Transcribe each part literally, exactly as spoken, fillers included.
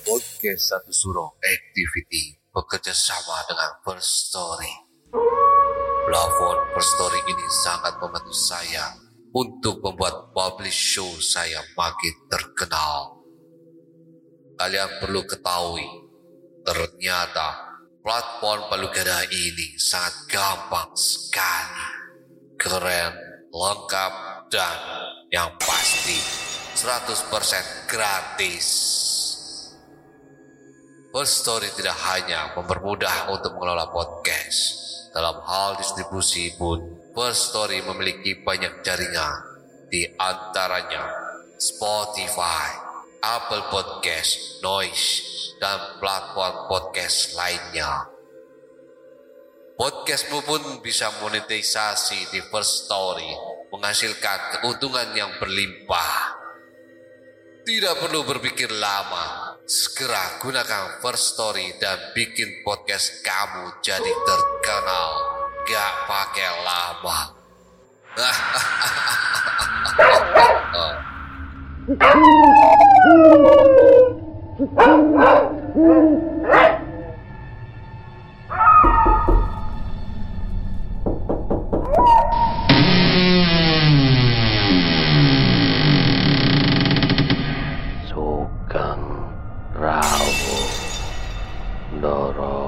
Podcast Satu Suro Activity bekerja sama dengan First Story. Platform First Story ini sangat membantu saya untuk membuat publish show saya makin terkenal. Kalian perlu ketahui, ternyata platform Palugada ini sangat gampang sekali, keren, lengkap, dan yang pasti seratus persen gratis. First Story tidak hanya mempermudah untuk mengelola podcast, dalam hal distribusi pun First Story memiliki banyak jaringan, di antaranya Spotify, Apple Podcast, Noise, dan platform podcast lainnya. Podcastmu pun bisa monetisasi di First Story, menghasilkan keuntungan yang berlimpah. Tidak perlu berpikir lama, segera gunakan First Story dan bikin podcast kamu jadi terkenal. Gak pakai lama. Sugeng Rawuh Ndara.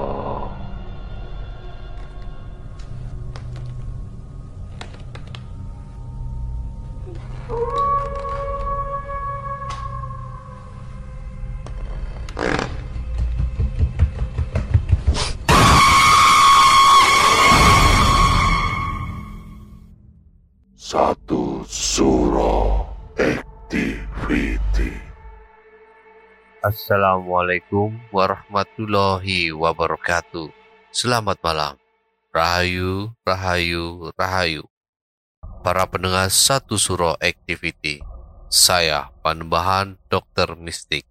Satu Suro Activity. Assalamualaikum warahmatullahi wabarakatuh. Selamat malam. Rahayu, rahayu, rahayu. Para pendengar Satu Suro Activity. Saya Panembahan Dokter Mistik.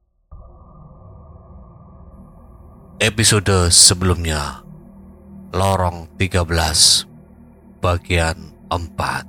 Episode sebelumnya, Lorong tiga belas, bagian empat.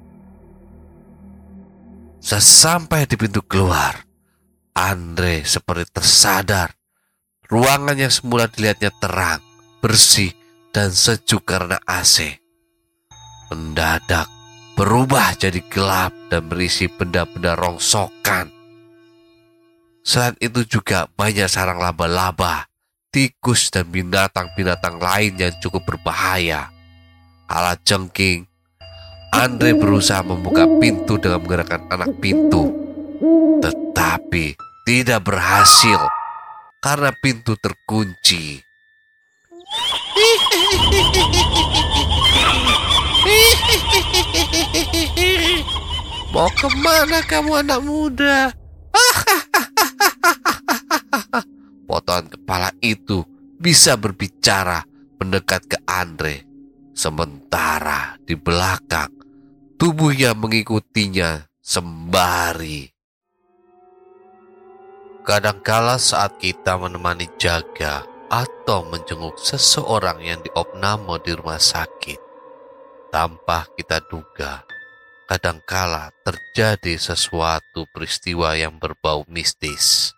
Sesampai di pintu keluar, Andre seperti tersadar. Ruangan yang semula dilihatnya terang, bersih, dan sejuk karena A C, mendadak berubah jadi gelap dan berisi benda-benda rongsokan. Selain itu juga banyak sarang laba-laba, tikus, dan binatang-binatang lain yang cukup berbahaya. Ala jengking, Andre berusaha membuka pintu dengan menggerakkan anak pintu, tetapi tidak berhasil karena pintu terkunci. Mau kemana kamu anak muda? Potongan kepala itu bisa berbicara mendekat ke Andre, sementara di belakang tubuhnya mengikutinya sembari. Kadangkala saat kita menemani jaga atau menjenguk seseorang yang diopname di rumah sakit, tanpa kita duga, kadangkala terjadi sesuatu peristiwa yang berbau mistis.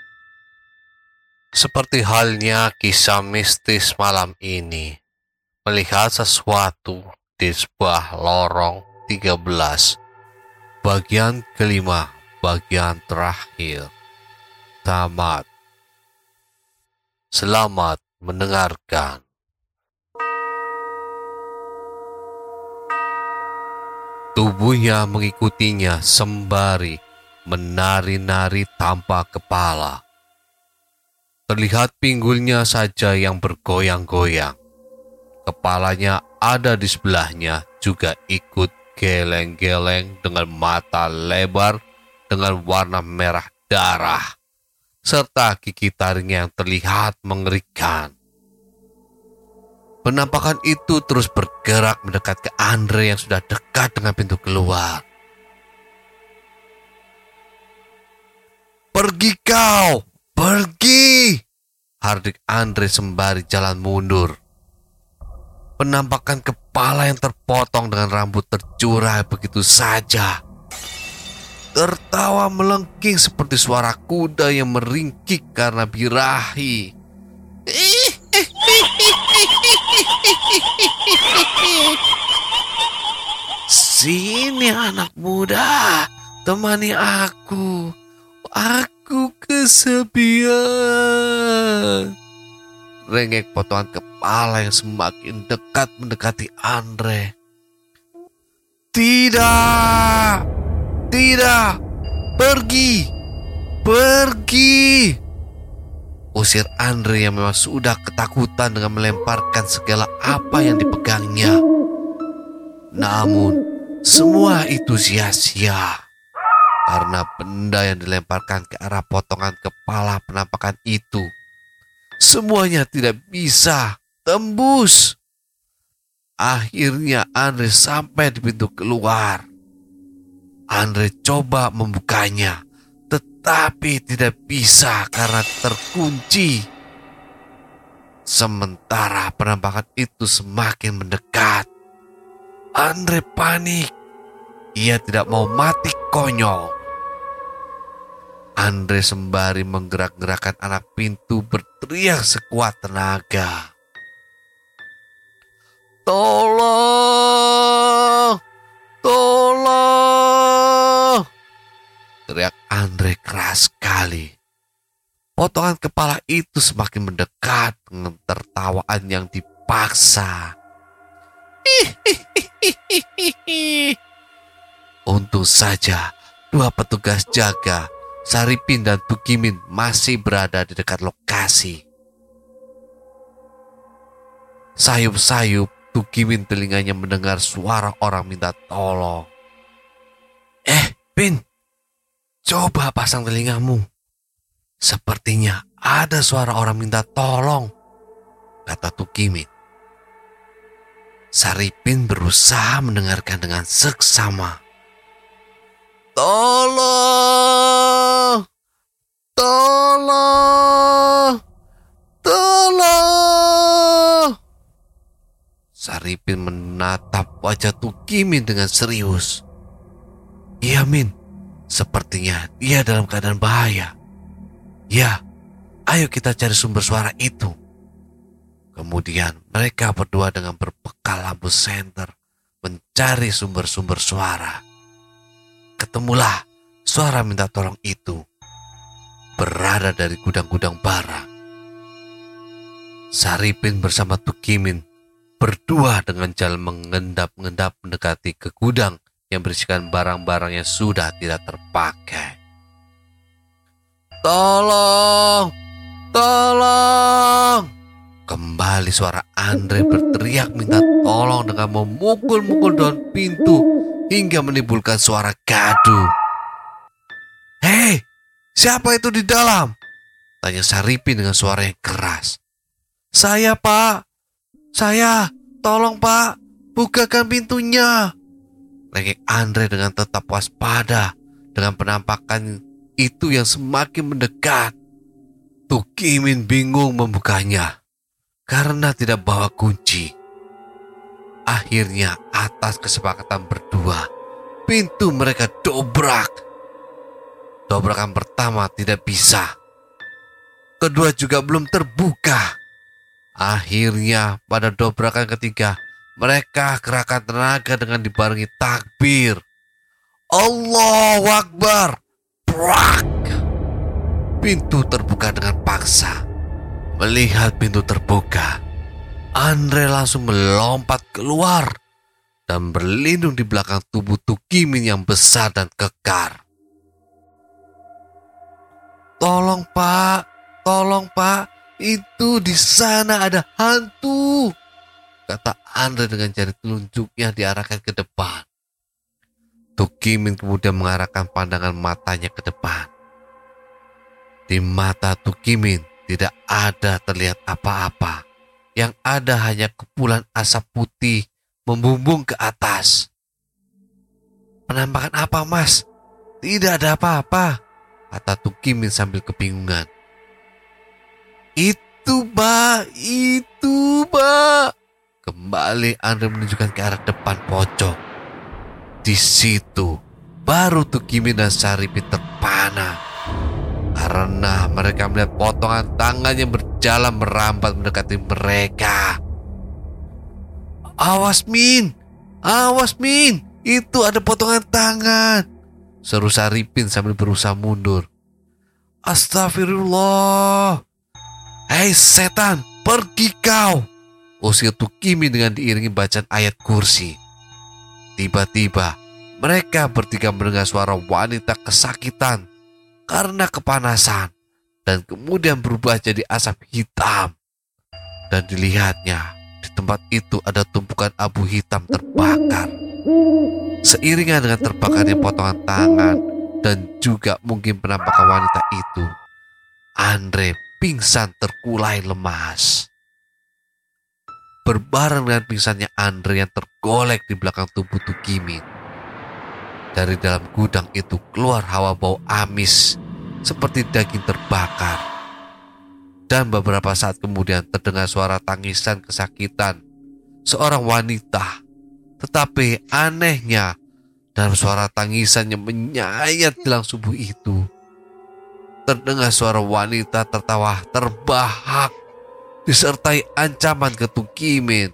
Seperti halnya kisah mistis malam ini, melihat sesuatu di sebuah lorong tiga belas, bagian kelima, bagian terakhir. Tamat. Selamat mendengarkan. Tubuhnya mengikutinya sembari menari-nari tanpa kepala. Terlihat pinggulnya saja yang bergoyang-goyang. Kepalanya ada di sebelahnya juga ikut geleng-geleng dengan mata lebar dengan warna merah darah, serta gigi taringnya yang terlihat mengerikan. Penampakan itu terus bergerak mendekat ke Andre yang sudah dekat dengan pintu keluar. "Pergi kau, pergi!" hardik Andre sembari jalan mundur. Penampakan kepala yang terpotong dengan rambut tercurai begitu saja. tertawa melengking seperti suara kuda yang meringkik karena birahi. Sini anak muda, temani aku. Aku kesepian. Rengek potongan kepala yang semakin dekat mendekati Andre. Tidak, tidak, pergi, pergi. Usir Andre yang memang sudah ketakutan dengan melemparkan segala apa yang dipegangnya. Namun, semua itu sia-sia. Karena benda yang dilemparkan ke arah potongan kepala penampakan itu, semuanya tidak bisa tembus. Akhirnya Andre sampai di pintu keluar. Andre coba membukanya, tetapi tidak bisa karena terkunci. Sementara penampakan itu semakin mendekat, Andre panik. Ia tidak mau mati konyol. Andre sembari menggerak-gerakkan anak pintu berteriak sekuat tenaga. Tolong! Tolong! Teriak Andre keras sekali. Potongan kepala itu semakin mendekat dengan tertawaan yang dipaksa. Untung saja dua petugas jaga, Saripin dan Tukimin, masih berada di dekat lokasi. Sayup-sayup Tukimin telinganya mendengar suara orang minta tolong. Eh, Pin, coba pasang telingamu. Sepertinya ada suara orang minta tolong, kata Tukimin. Saripin berusaha mendengarkan dengan seksama. Tolong! Tolong! Tolong! Saripin menatap wajah Tukimin dengan serius. Iya, Min, sepertinya dia dalam keadaan bahaya. Ya, ayo kita cari sumber suara itu. Kemudian mereka berdua dengan berbekal lampu senter mencari sumber-sumber suara. Ketemulah suara minta tolong itu berada dari gudang-gudang barang. Saripin bersama Tukimin berdua dengan jalan mengendap-endap mendekati ke gudang yang berisikan barang-barang yang sudah tidak terpakai. Tolong! Tolong! Kembali suara Andre berteriak minta tolong dengan memukul-mukul daun pintu hingga menimbulkan suara gaduh. Hei, siapa itu di dalam? Tanya Saripin dengan suara yang keras. Saya, Pak. Saya, tolong Pak, bukakan pintunya. Lengek Andre dengan tetap waspada dengan penampakan itu yang semakin mendekat. Tukimin bingung membukanya karena tidak bawa kunci. Akhirnya atas kesepakatan berdua, pintu mereka dobrak. Dobrakan pertama tidak bisa. Kedua juga belum terbuka. Akhirnya pada dobrakan ketiga, mereka kerahkan tenaga dengan dibarengi takbir. Allahu Akbar. Brak! Pintu terbuka dengan paksa. Melihat pintu terbuka, Andre langsung melompat keluar dan berlindung di belakang tubuh Tukimin yang besar dan kekar. Tolong Pak, tolong Pak, itu di sana ada hantu, kata Andre dengan jari telunjuknya diarahkan ke depan. Tukimin kemudian mengarahkan pandangan matanya ke depan. Di mata Tukimin tidak ada terlihat apa-apa. Yang ada hanya kepulan asap putih membumbung ke atas. Penampakan apa, Mas? Tidak ada apa-apa, kata Tukimin sambil kebingungan. Itu, Pak, itu, Pak. Kembali Andre menunjukkan ke arah depan pojok. Di situ baru Tukimin dan Saripin terpana karena mereka melihat potongan tangan yang berjalan merambat mendekati mereka. "Awas Min, awas Min, itu ada potongan tangan," seru Saripin sambil berusaha mundur. "Astagfirullah. Hei setan, pergi kau," usir Tukimin dengan diiringi bacaan ayat kursi. Tiba-tiba mereka bertiga mendengar suara wanita kesakitan karena kepanasan dan kemudian berubah jadi asap hitam. Dan dilihatnya di tempat itu ada tumpukan abu hitam terbakar. Seiringan dengan terbakarnya potongan tangan dan juga mungkin penampakan wanita itu, Andre pingsan terkulai lemas. Berbareng dengan pingsannya Andre yang tergolek di belakang tubuh Tukimin, dari dalam gudang itu keluar hawa bau amis seperti daging terbakar. Dan beberapa saat kemudian terdengar suara tangisan kesakitan seorang wanita. Tetapi anehnya, dalam suara tangisan yang menyayat hilang subuh itu, terdengar suara wanita tertawa terbahak disertai ancaman ke Tukimin.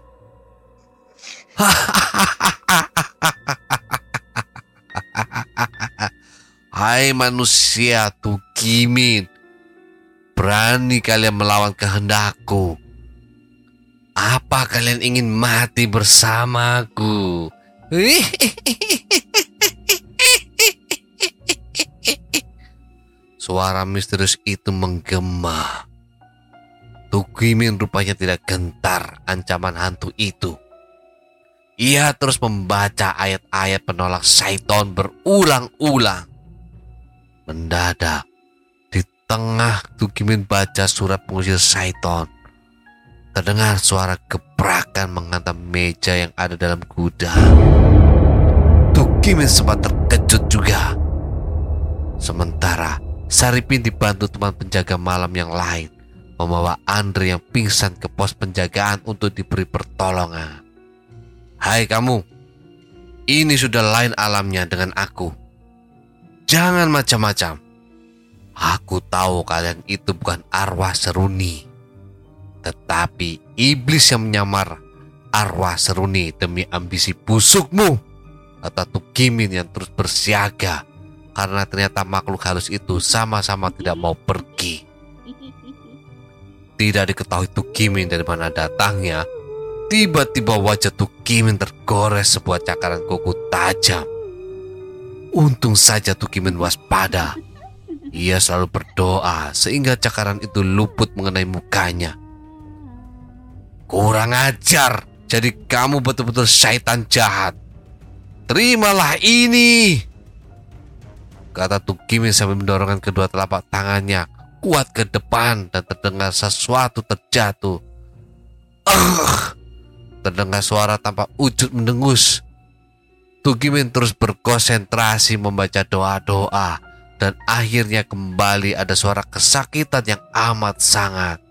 "Hai manusia Tukimin, berani kalian melawan kehendakku? Apa kalian ingin mati bersamaku?" Suara misterius itu menggema. Tukimin rupanya tidak gentar ancaman hantu itu. Ia terus membaca ayat-ayat penolak syaitan berulang-ulang. Mendadak, di tengah Tukimin baca surat pengusir syaitan, terdengar suara gebrakan menghantam meja yang ada dalam gudang. Tukimin sempat terkejut juga. Sementara Saripin dibantu teman penjaga malam yang lain membawa Andre yang pingsan ke pos penjagaan untuk diberi pertolongan. "Hai kamu, ini sudah lain alamnya dengan aku. Jangan macam-macam. Aku tahu kalian itu bukan arwah seruni, tetapi iblis yang menyamar arwah seruni demi ambisi busukmu," kata Tukimin yang terus bersiaga karena ternyata makhluk halus itu sama-sama tidak mau pergi. Tidak diketahui Tukimin dari mana datangnya, tiba-tiba wajah Tukimin tergores sebuah cakaran kuku tajam. Untung saja Tukimin waspada. Ia selalu berdoa sehingga cakaran itu luput mengenai mukanya. "Kurang ajar, jadi kamu betul-betul syaitan jahat. Terimalah ini," kata Tukimin sambil mendorongkan kedua telapak tangannya kuat ke depan dan terdengar sesuatu terjatuh. "Ugh!" terdengar suara tanpa wujud mendengus. Tukimin terus berkonsentrasi membaca doa-doa dan akhirnya kembali ada suara kesakitan yang amat sangat.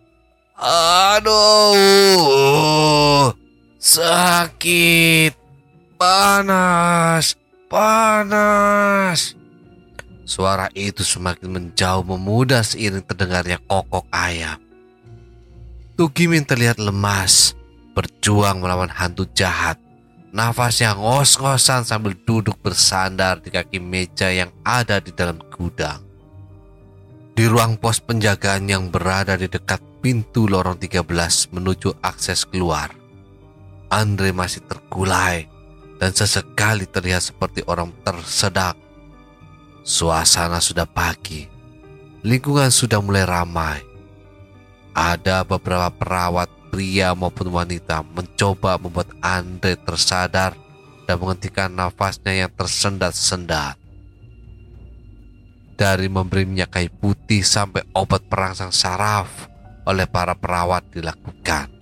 "Aduh, sakit, panas, panas." Suara itu semakin menjauh memudah seiring terdengarnya kokok ayam. Tukimin terlihat lemas, berjuang melawan hantu jahat. Nafasnya ngos-ngosan sambil duduk bersandar di kaki meja yang ada di dalam gudang. Di ruang pos penjagaan yang berada di dekat pintu lorong tiga belas menuju akses keluar, Andre masih terkulai dan sesekali terlihat seperti orang tersedak. Suasana sudah pagi, lingkungan sudah mulai ramai. Ada beberapa perawat pria maupun wanita mencoba membuat Andre tersadar dan menghentikan nafasnya yang tersendat-sendat. Dari memberi minyak kayu putih sampai obat perangsang saraf oleh para perawat dilakukan.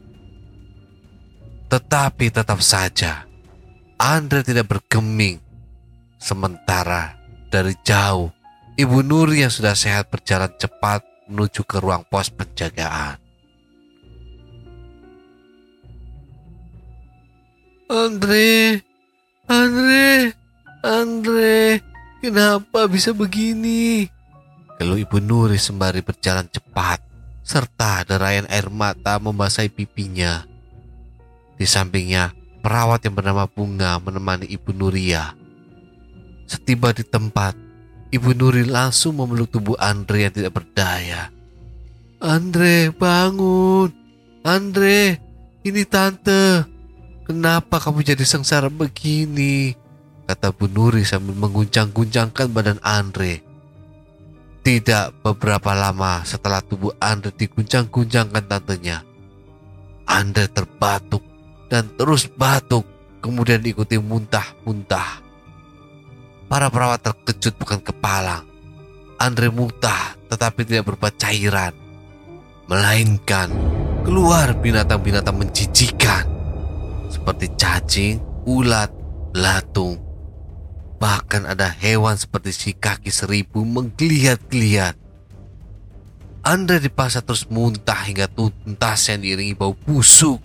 Tetapi tetap saja Andre tidak bergeming. Sementara dari jauh, Ibu Nuri yang sudah sehat berjalan cepat menuju ke ruang pos penjagaan. "Andre, Andre, Andre, Kenapa bisa begini? Keluh Ibu Nuri sembari berjalan cepat, serta derayan air mata membasahi pipinya. Di sampingnya, perawat yang bernama Bunga menemani Ibu Nuria. Setiba di tempat, Ibu Nuri langsung memeluk tubuh Andre yang tidak berdaya. Andre, bangun. Andre, ini tante. Kenapa kamu jadi sengsara begini? Kata Bu Nuri sambil mengguncang-guncangkan badan Andre. Tidak beberapa lama setelah tubuh Andre diguncang-guncangkan tantenya, Andre terbatuk dan terus batuk, kemudian diikuti muntah-muntah. Para perawat terkejut bukan kepalang. Andre muntah tetapi tidak berupa cairan, melainkan keluar binatang-binatang menjijikan seperti cacing, ulat, belatung. Bahkan ada hewan seperti si kaki seribu menggeliat-geliat. Andre dipaksa terus muntah hingga tuntas yang diiringi bau busuk.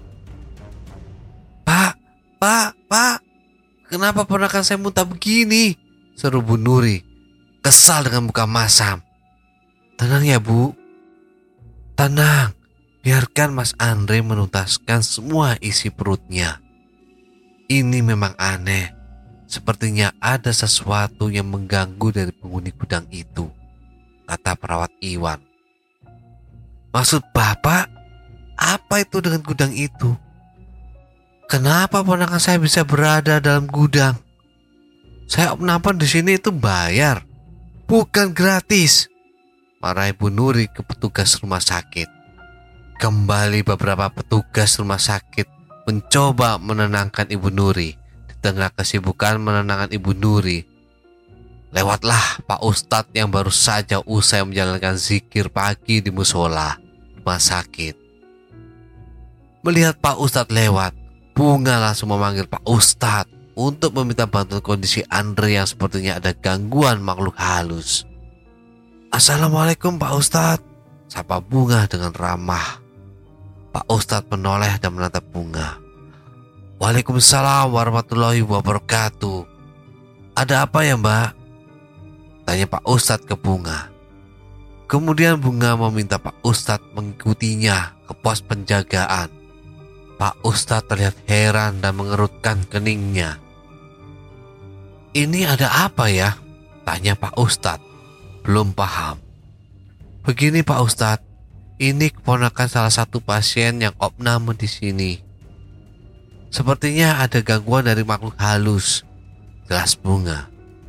Pak, pak, pak, kenapa ponakan saya muntah begini? Seru Bu Nuri, kesal dengan muka masam. Tenang ya Bu, tenang. Biarkan Mas Andre menuntaskan semua isi perutnya. Ini memang aneh. Sepertinya ada sesuatu yang mengganggu dari penghuni gudang itu, kata perawat Iwan. Maksud Bapak, apa itu dengan gudang itu? Kenapa ponakan saya bisa berada dalam gudang? Saya opname di sini itu bayar, bukan gratis. Marah Ibu Nuri ke petugas rumah sakit. Kembali beberapa petugas rumah sakit mencoba menenangkan Ibu Nuri. Di tengah kesibukan menenangkan Ibu Nuri, lewatlah Pak Ustadz yang baru saja usai menjalankan zikir pagi di musola rumah sakit. Melihat Pak Ustadz lewat, Bunga langsung memanggil Pak Ustadz untuk meminta bantuan kondisi Andre yang sepertinya ada gangguan makhluk halus. Assalamualaikum Pak Ustadz, sapa Bunga dengan ramah. Pak Ustadz menoleh dan menatap Bunga. Waalaikumsalam warahmatullahi wabarakatuh. Ada apa ya Mbak? Tanya Pak Ustadz ke Bunga. Kemudian Bunga meminta Pak Ustadz mengikutinya ke pos penjagaan. Pak Ustadz terlihat heran dan mengerutkan keningnya. Ini ada apa ya? Tanya Pak Ustadz, belum paham. Begini Pak Ustadz, ini keponakan salah satu pasien yang opname di sini. Sepertinya ada gangguan dari makhluk halus, jelas Bunga.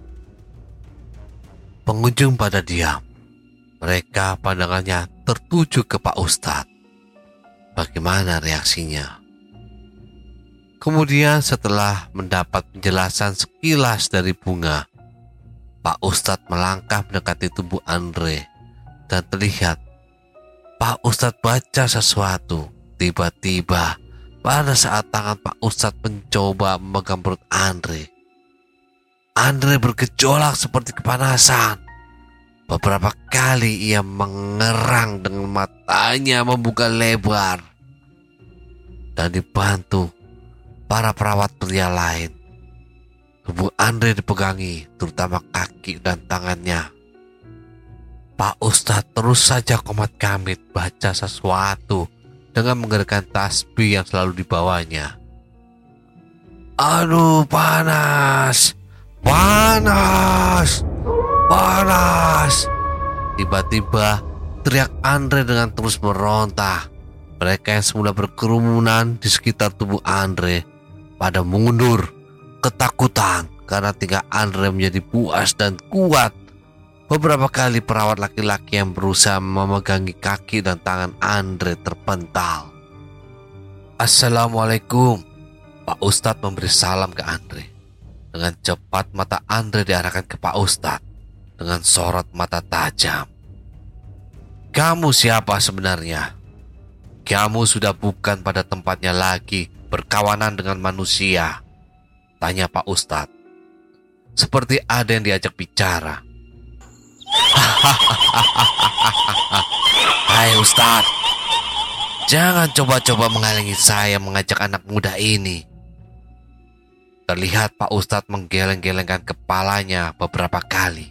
Pengunjung pada diam. Mereka pandangannya tertuju ke Pak Ustadz. Bagaimana reaksinya? Kemudian setelah mendapat penjelasan sekilas dari Bunga, Pak Ustadz melangkah mendekati tubuh Andre dan terlihat Pak Ustadz baca sesuatu. Tiba-tiba pada saat tangan Pak Ustadz mencoba memegang perut Andre, Andre bergejolak seperti kepanasan. Beberapa kali ia mengerang dengan matanya membuka lebar. Dan dibantu para perawat pria lain, tubuh Andre dipegangi, terutama kaki dan tangannya. Pak Ustadz terus saja komat kamit baca sesuatu dengan menggerakkan tasbih yang selalu dibawanya. Aduh, panas, panas, panas. Tiba-tiba teriak Andre dengan terus meronta. Mereka yang semula berkerumunan di sekitar tubuh Andre pada mundur ketakutan karena tingkah Andre menjadi puas dan kuat. Beberapa kali perawat laki-laki yang berusaha memegangi kaki dan tangan Andre terpental. Assalamualaikum. Pak Ustadz memberi salam ke Andre. Dengan cepat mata Andre diarahkan ke Pak Ustadz dengan sorot mata tajam. Kamu siapa sebenarnya? Kamu sudah bukan pada tempatnya lagi berkawanan dengan manusia, tanya Pak Ustadz. Seperti ada yang diajak bicara. Hai Ustadz, jangan coba-coba menghalangi saya mengajak anak muda ini. Terlihat Pak Ustadz menggeleng-gelengkan kepalanya beberapa kali.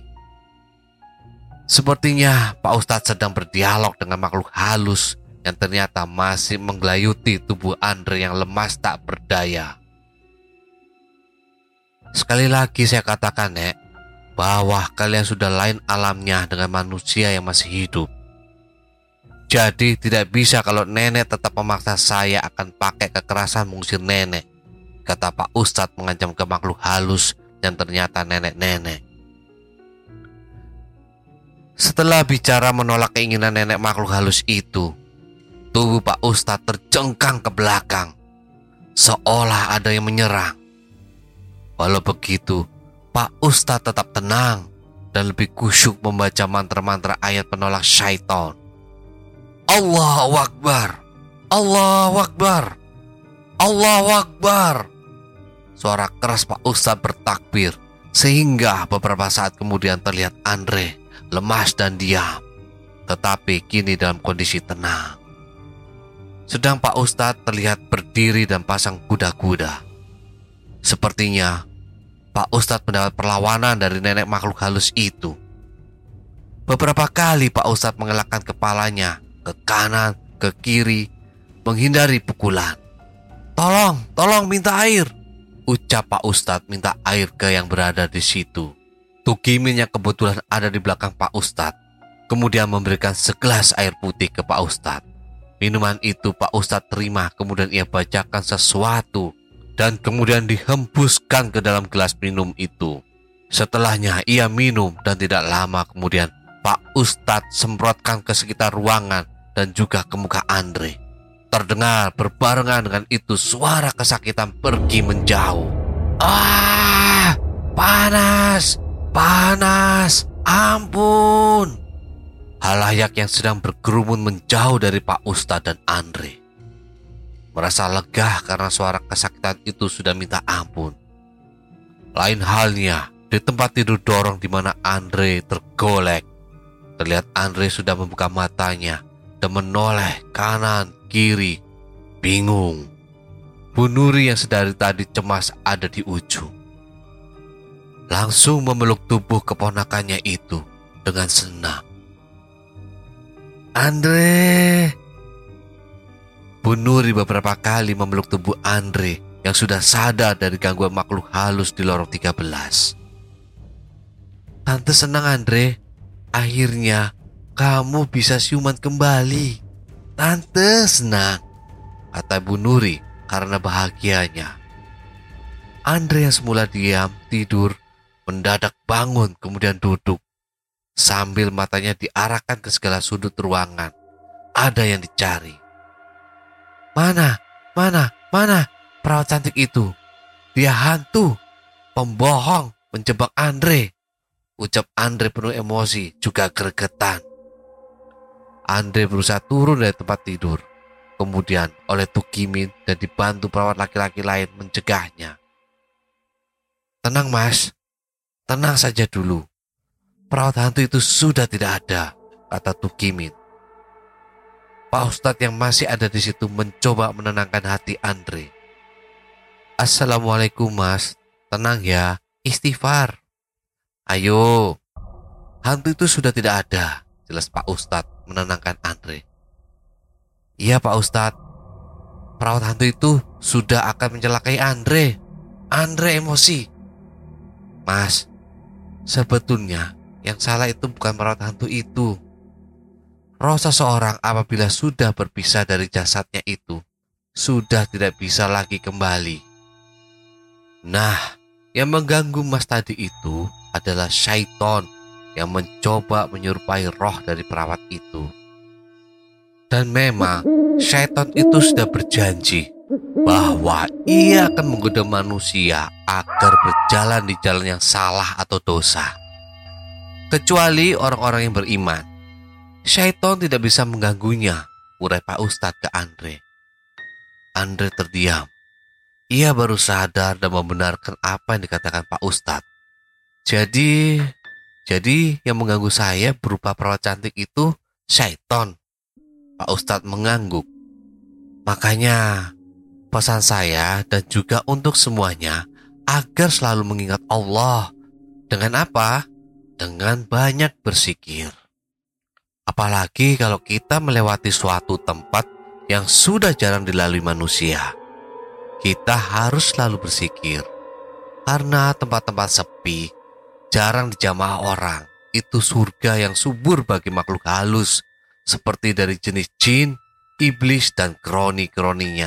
Sepertinya Pak Ustadz sedang berdialog dengan makhluk halus yang ternyata masih menggelayuti tubuh Andre yang lemas tak berdaya. Sekali lagi saya katakan, Nek, bahwa kalian sudah lain alamnya dengan manusia yang masih hidup. Jadi tidak bisa kalau nenek tetap memaksa saya akan pakai kekerasan mengusir nenek, kata Pak Ustadz mengancam ke makhluk halus yang ternyata nenek-nenek. Setelah bicara menolak keinginan nenek makhluk halus itu, tubuh Pak Ustadz terjengkang ke belakang, seolah ada yang menyerang. Walau begitu, Pak Ustadz tetap tenang dan lebih kusyuk membaca mantra-mantra ayat penolak syaitan. Allahu Akbar, Allahu Akbar, Allahu Akbar. Suara keras Pak Ustadz bertakbir, sehingga beberapa saat kemudian terlihat Andre lemas dan diam, tetapi kini dalam kondisi tenang. Sedang Pak Ustadz terlihat berdiri dan pasang kuda-kuda. Sepertinya Pak Ustadz mendapat perlawanan dari nenek makhluk halus itu. Beberapa kali Pak Ustadz mengelakkan kepalanya ke kanan, ke kiri, menghindari pukulan. Tolong, tolong minta air, ucap Pak Ustadz minta air ke yang berada di situ. Tukimin yang kebetulan ada di belakang Pak Ustadz kemudian memberikan segelas air putih ke Pak Ustadz. Minuman itu Pak Ustadz terima, kemudian ia bacakan sesuatu dan kemudian dihembuskan ke dalam gelas minum itu. Setelahnya ia minum dan tidak lama kemudian Pak Ustadz semprotkan ke sekitar ruangan dan juga ke muka Andre. Terdengar berbarengan dengan itu suara kesakitan pergi menjauh. Ah, panas, panas, ampun. Halayak yang sedang berkerumun menjauh dari Pak Ustadz dan Andre. Merasa lega karena suara kesakitan itu sudah minta ampun. Lain halnya di tempat tidur dorong di mana Andre tergolek. Terlihat Andre sudah membuka matanya dan menoleh kanan kiri, bingung. Bu Nuri yang sedari tadi cemas ada di ujung. Langsung memeluk tubuh keponakannya itu dengan senang. Andre. Bu Nuri beberapa kali memeluk tubuh Andre yang sudah sadar dari gangguan makhluk halus di lorong tiga belas. Tante senang, Andre. Akhirnya kamu bisa siuman kembali. Tante senang, kata Bu Nuri karena bahagianya. Andre yang semula diam, tidur, mendadak bangun kemudian duduk. Sambil matanya diarahkan ke segala sudut ruangan. Ada yang dicari. Mana, mana, mana perawat cantik itu? Dia hantu, pembohong, menjebak Andre, ucap Andre penuh emosi juga gregetan. Andre berusaha turun dari tempat tidur. Kemudian oleh Tukimin dan dibantu perawat laki-laki lain mencegahnya. Tenang mas, tenang saja dulu. Perawat hantu itu sudah tidak ada, kata Tukimin. Pak Ustadz yang masih ada di situ mencoba menenangkan hati Andre. Assalamualaikum mas, tenang ya, istighfar. Ayo, hantu itu sudah tidak ada, jelas Pak Ustadz menenangkan Andre. Iya Pak Ustadz, perawat hantu itu sudah akan mencelakai Andre. Andre emosi. Mas, sebetulnya yang salah itu bukan perawat hantu itu. Roh seseorang apabila sudah berpisah dari jasadnya itu, sudah tidak bisa lagi kembali. Nah, yang mengganggu mas tadi itu adalah syaiton yang mencoba menyerupai roh dari perawat itu. Dan memang syaiton itu sudah berjanji bahwa ia akan menggoda manusia agar berjalan di jalan yang salah atau dosa. Kecuali orang-orang yang beriman. Syaiton tidak bisa mengganggunya, urai Pak Ustadz ke Andre. Andre terdiam. Ia baru sadar dan membenarkan apa yang dikatakan Pak Ustadz. Jadi, jadi yang mengganggu saya berupa perawat cantik itu syaiton. Pak Ustadz mengangguk. Makanya pesan saya dan juga untuk semuanya agar selalu mengingat Allah. Dengan apa? Dengan banyak berzikir. Apalagi kalau kita melewati suatu tempat yang sudah jarang dilalui manusia. Kita harus selalu berzikir. Karena tempat-tempat sepi, jarang dijamah orang, itu surga yang subur bagi makhluk halus, seperti dari jenis jin, iblis, dan kroni-kroninya.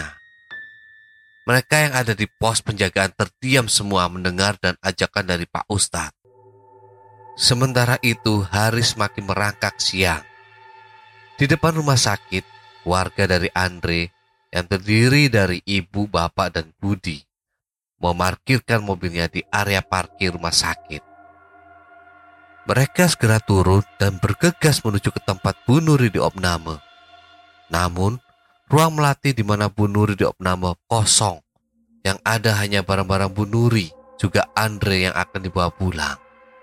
Mereka yang ada di pos penjagaan terdiam semua mendengar dan ajakan dari Pak Ustadz. Sementara itu, hari semakin merangkak siang. Di depan rumah sakit, warga dari Andre yang terdiri dari ibu, bapak, dan Budi memarkirkan mobilnya di area parkir rumah sakit. Mereka segera turun dan bergegas menuju ke tempat Bu Nuri diopname. Namun, ruang melati di mana Bu Nuri diopname kosong. Yang ada hanya barang-barang Bu Nuri, juga Andre yang akan dibawa pulang.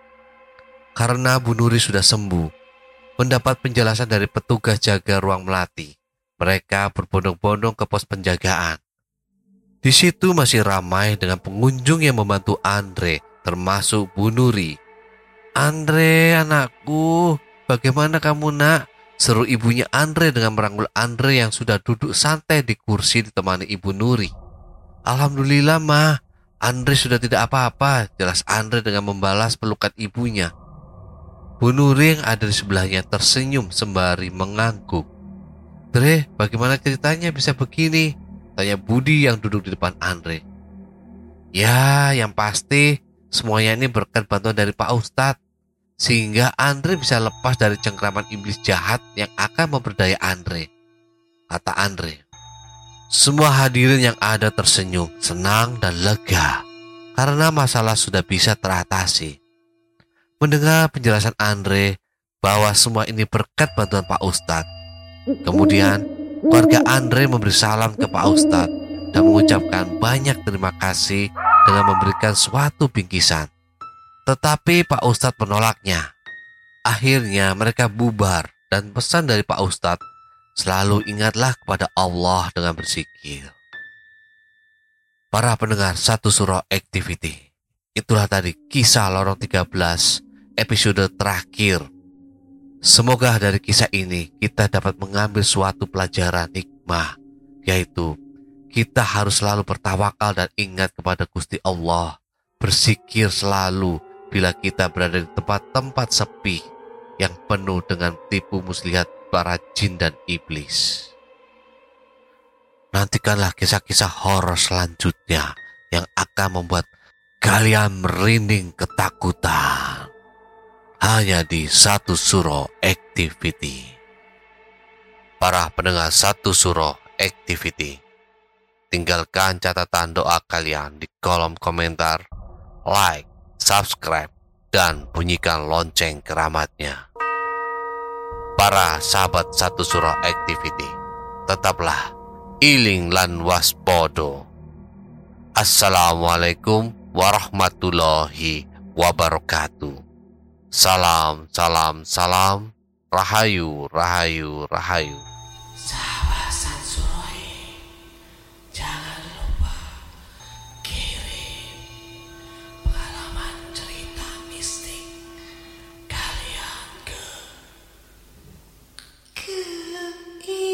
Karena Bu Nuri sudah sembuh, mendapat penjelasan dari petugas jaga ruang melati. Mereka berbondong-bondong ke pos penjagaan. Di situ masih ramai dengan pengunjung yang membantu Andre, termasuk Bu Nuri. "Andre, anakku, bagaimana kamu, nak?" seru ibunya Andre dengan merangkul Andre yang sudah duduk santai di kursi ditemani Ibu Nuri. "Alhamdulillah, Ma, Andre sudah tidak apa-apa," jelas Andre dengan membalas pelukan ibunya. Bu Nuri yang ada di sebelahnya tersenyum sembari mengangguk. "Dre, bagaimana ceritanya bisa begini?" tanya Budi yang duduk di depan Andre. "Ya, yang pasti semuanya ini berkat bantuan dari Pak Ustadz, sehingga Andre bisa lepas dari cengkraman iblis jahat yang akan memperdaya Andre," kata Andre. Semua hadirin yang ada tersenyum, senang dan lega karena masalah sudah bisa teratasi. Mendengar penjelasan Andre bahwa semua ini berkat bantuan Pak Ustadz. Kemudian keluarga Andre memberi salam ke Pak Ustadz dan mengucapkan banyak terima kasih dengan memberikan suatu bingkisan. Tetapi Pak Ustadz menolaknya. Akhirnya mereka bubar dan pesan dari Pak Ustadz, selalu ingatlah kepada Allah dengan berzikir. Para pendengar Satu Surah Activity, itulah tadi kisah Lorong tiga belas episode terakhir. Semoga dari kisah ini kita dapat mengambil suatu pelajaran hikmah, yaitu kita harus selalu bertawakal dan ingat kepada Gusti Allah, berzikir selalu bila kita berada di tempat-tempat sepi yang penuh dengan tipu muslihat para jin dan iblis. Nantikanlah kisah-kisah horor selanjutnya yang akan membuat kalian merinding ketakutan. Hanya di Satu Surah Activity. Para pendengar Satu Surah Activity, tinggalkan catatan doa kalian di kolom komentar, like, subscribe, dan bunyikan lonceng keramatnya. Para sahabat Satu Surah Activity, tetaplah iling lan waspodo. Assalamualaikum warahmatullahi wabarakatuh. Salam, salam, salam. Rahayu, rahayu, rahayu. Sahabat Sansurohi, jangan lupa kirim pengalaman cerita mistik kalian ke ke